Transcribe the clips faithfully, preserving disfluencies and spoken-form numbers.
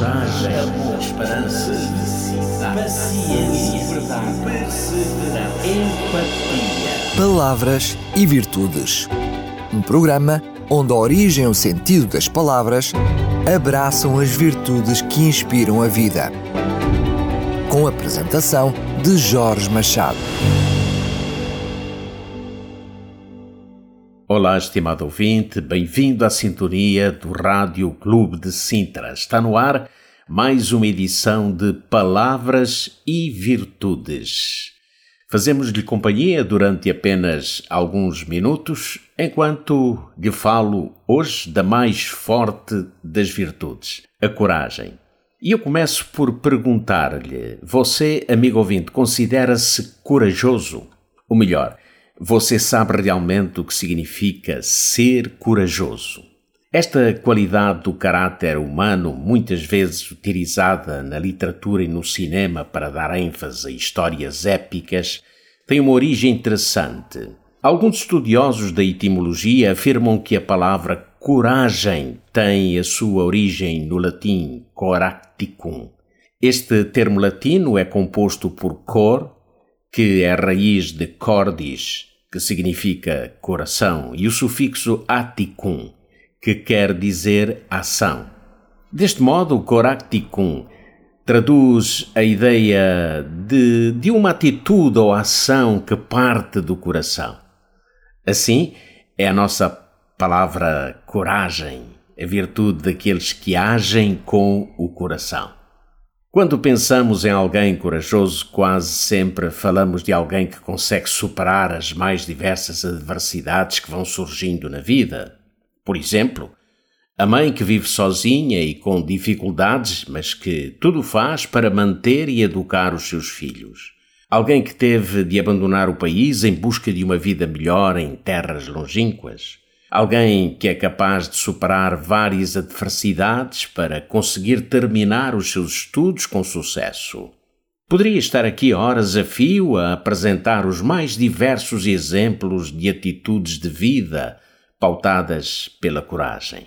coragem, amor, esperança, felicidade, paciência, verdade, perseverança, empatia. Palavras e Virtudes. Um programa onde a origem e o sentido das palavras abraçam as virtudes que inspiram a vida. Com a apresentação de Jorge Machado. Olá, estimado ouvinte, bem-vindo à sintonia do Rádio Clube de Sintra. Está no ar mais uma edição de Palavras e Virtudes. Fazemos-lhe companhia durante apenas alguns minutos, enquanto lhe falo hoje da mais forte das virtudes, a coragem. E eu começo por perguntar-lhe, você, amigo ouvinte, considera-se corajoso? Ou melhor, você sabe realmente o que significa ser corajoso? Esta qualidade do caráter humano, muitas vezes utilizada na literatura e no cinema para dar ênfase a histórias épicas, tem uma origem interessante. Alguns estudiosos da etimologia afirmam que a palavra coragem tem a sua origem no latim coracticum. Este termo latino é composto por cor, que é a raiz de cordis, que significa coração, e o sufixo aticum, que quer dizer ação. Deste modo, o coracticum traduz a ideia de, de uma atitude ou ação que parte do coração. Assim, é a nossa palavra coragem, a virtude daqueles que agem com o coração. Quando pensamos em alguém corajoso, quase sempre falamos de alguém que consegue superar as mais diversas adversidades que vão surgindo na vida. Por exemplo, a mãe que vive sozinha e com dificuldades, mas que tudo faz para manter e educar os seus filhos. Alguém que teve de abandonar o país em busca de uma vida melhor em terras longínquas. Alguém que é capaz de superar várias adversidades para conseguir terminar os seus estudos com sucesso. Poderia estar aqui horas a fio a apresentar os mais diversos exemplos de atitudes de vida pautadas pela coragem.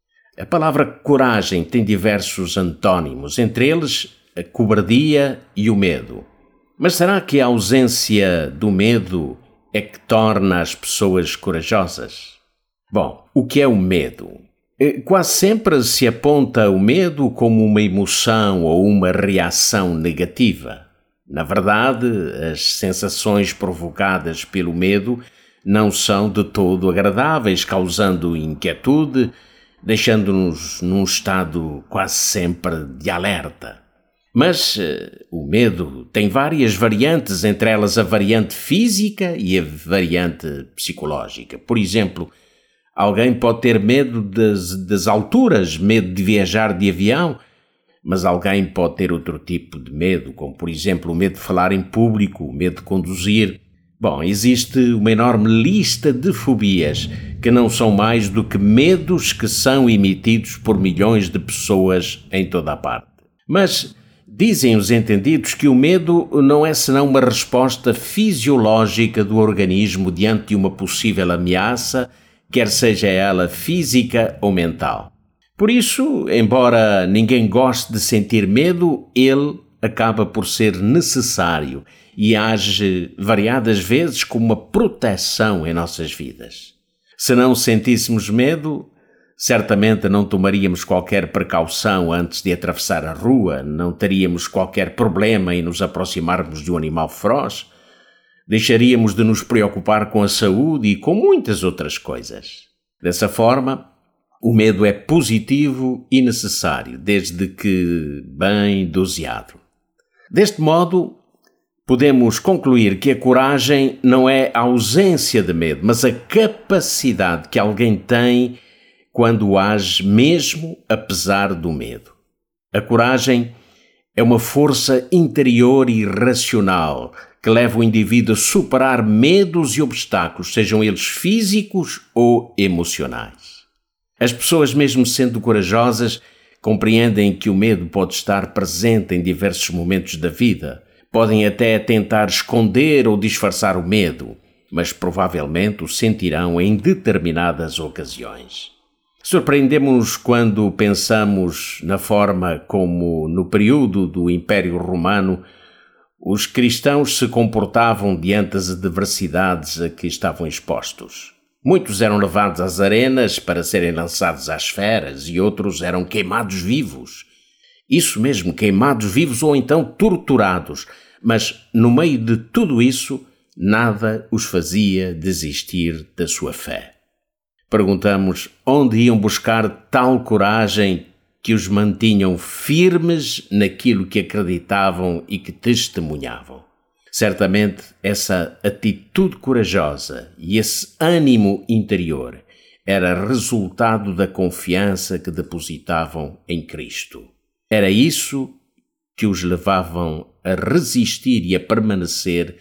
A palavra coragem tem diversos antônimos, entre eles a cobardia e o medo. Mas será que a ausência do medo é que torna as pessoas corajosas? Bom, o que é o medo? Quase sempre se aponta o medo como uma emoção ou uma reação negativa. Na verdade, as sensações provocadas pelo medo não são de todo agradáveis, causando inquietude, deixando-nos num estado quase sempre de alerta. Mas uh, o medo tem várias variantes, entre elas a variante física e a variante psicológica. Por exemplo, alguém pode ter medo das, das alturas, medo de viajar de avião, mas alguém pode ter outro tipo de medo, como por exemplo o medo de falar em público, o medo de conduzir. Bom, existe uma enorme lista de fobias que não são mais do que medos que são emitidos por milhões de pessoas em toda a parte. Mas dizem os entendidos que o medo não é senão uma resposta fisiológica do organismo diante de uma possível ameaça, quer seja ela física ou mental. Por isso, embora ninguém goste de sentir medo, ele acaba por ser necessário e age variadas vezes como uma proteção em nossas vidas. Se não sentíssemos medo, certamente não tomaríamos qualquer precaução antes de atravessar a rua, não teríamos qualquer problema em nos aproximarmos de um animal feroz, deixaríamos de nos preocupar com a saúde e com muitas outras coisas. Dessa forma, o medo é positivo e necessário, desde que bem doseado. Deste modo, podemos concluir que a coragem não é a ausência de medo, mas a capacidade que alguém tem quando age mesmo apesar do medo. A coragem é uma força interior e racional que leva o indivíduo a superar medos e obstáculos, sejam eles físicos ou emocionais. As pessoas, mesmo sendo corajosas, compreendem que o medo pode estar presente em diversos momentos da vida. Podem até tentar esconder ou disfarçar o medo, mas provavelmente o sentirão em determinadas ocasiões. Surpreendemos-nos quando pensamos na forma como, no período do Império Romano, os cristãos se comportavam diante das adversidades a que estavam expostos. Muitos eram levados às arenas para serem lançados às feras e outros eram queimados vivos. Isso mesmo, queimados vivos ou então torturados. Mas, no meio de tudo isso, nada os fazia desistir da sua fé. Perguntamos onde iam buscar tal coragem que os mantinham firmes naquilo que acreditavam e que testemunhavam. Certamente essa atitude corajosa e esse ânimo interior era resultado da confiança que depositavam em Cristo. Era isso que os levavam a resistir e a permanecer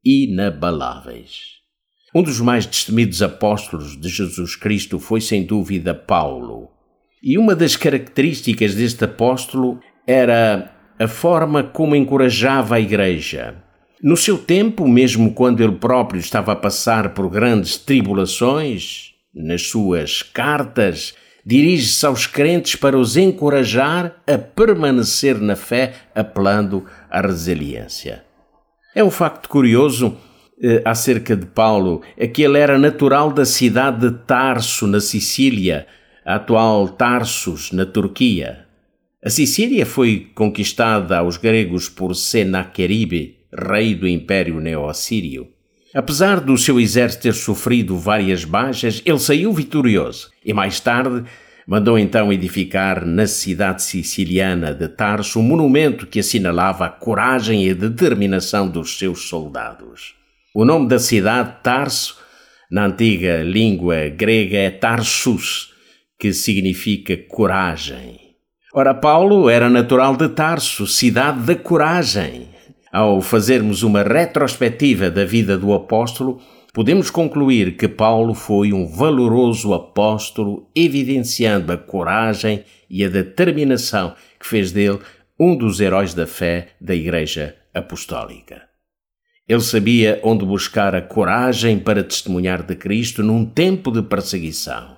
inabaláveis. Um dos mais destemidos apóstolos de Jesus Cristo foi, sem dúvida, Paulo. E uma das características deste apóstolo era a forma como encorajava a igreja. No seu tempo, mesmo quando ele próprio estava a passar por grandes tribulações, nas suas cartas, dirige-se aos crentes para os encorajar a permanecer na fé, apelando à resiliência. É um facto curioso eh, acerca de Paulo, é que ele era natural da cidade de Tarso, na Sicília, a atual Tarsus, na Turquia. A Sicília foi conquistada aos gregos por Senaqueribe, rei do Império Neo-Assírio. Apesar do seu exército ter sofrido várias baixas, ele saiu vitorioso e mais tarde mandou então edificar na cidade siciliana de Tarso um monumento que assinalava a coragem e a determinação dos seus soldados. O nome da cidade, Tarso, na antiga língua grega é Tarsus, que significa coragem. Ora, Paulo era natural de Tarso, cidade da coragem. Ao fazermos uma retrospectiva da vida do apóstolo, podemos concluir que Paulo foi um valoroso apóstolo, evidenciando a coragem e a determinação que fez dele um dos heróis da fé da Igreja Apostólica. Ele sabia onde buscar a coragem para testemunhar de Cristo num tempo de perseguição.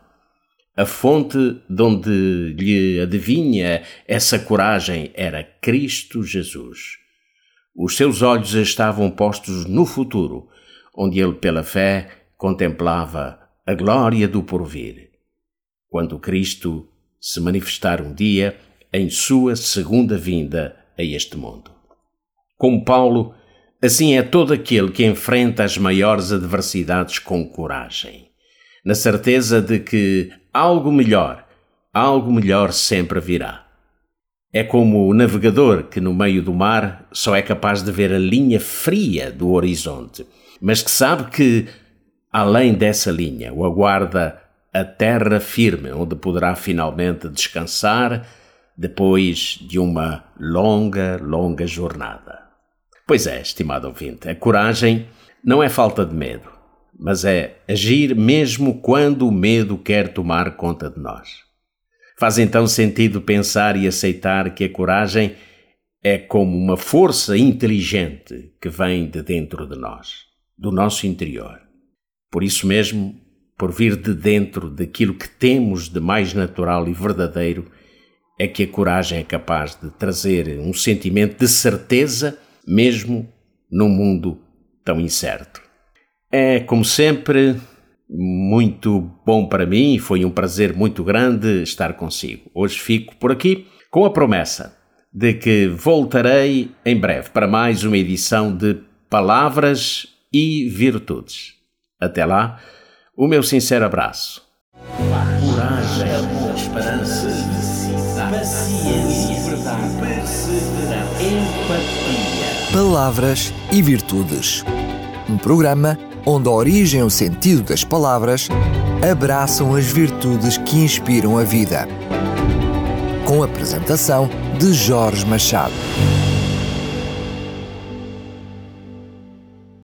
A fonte de onde lhe adivinha essa coragem era Cristo Jesus. Os seus olhos estavam postos no futuro, onde ele, pela fé, contemplava a glória do porvir, quando Cristo se manifestar um dia em sua segunda vinda a este mundo. Como Paulo, assim é todo aquele que enfrenta as maiores adversidades com coragem, na certeza de que algo melhor, algo melhor sempre virá. É como o navegador que no meio do mar só é capaz de ver a linha fria do horizonte, mas que sabe que, além dessa linha, o aguarda a terra firme, onde poderá finalmente descansar depois de uma longa, longa jornada. Pois é, estimado ouvinte, a coragem não é falta de medo, mas é agir mesmo quando o medo quer tomar conta de nós. Faz então sentido pensar e aceitar que a coragem é como uma força inteligente que vem de dentro de nós, do nosso interior. Por isso mesmo, por vir de dentro daquilo que temos de mais natural e verdadeiro, é que a coragem é capaz de trazer um sentimento de certeza, mesmo num mundo tão incerto. É, como sempre, muito bom para mim e foi um prazer muito grande estar consigo. Hoje fico por aqui com a promessa de que voltarei em breve para mais uma edição de Palavras e Virtudes. Até lá, o meu sincero abraço. Coragem, amor, esperança, paciência, verdade, perseverança, empatia. Palavras e Virtudes. Um programa onde a origem e o sentido das palavras abraçam as virtudes que inspiram a vida. Com a apresentação de Jorge Machado.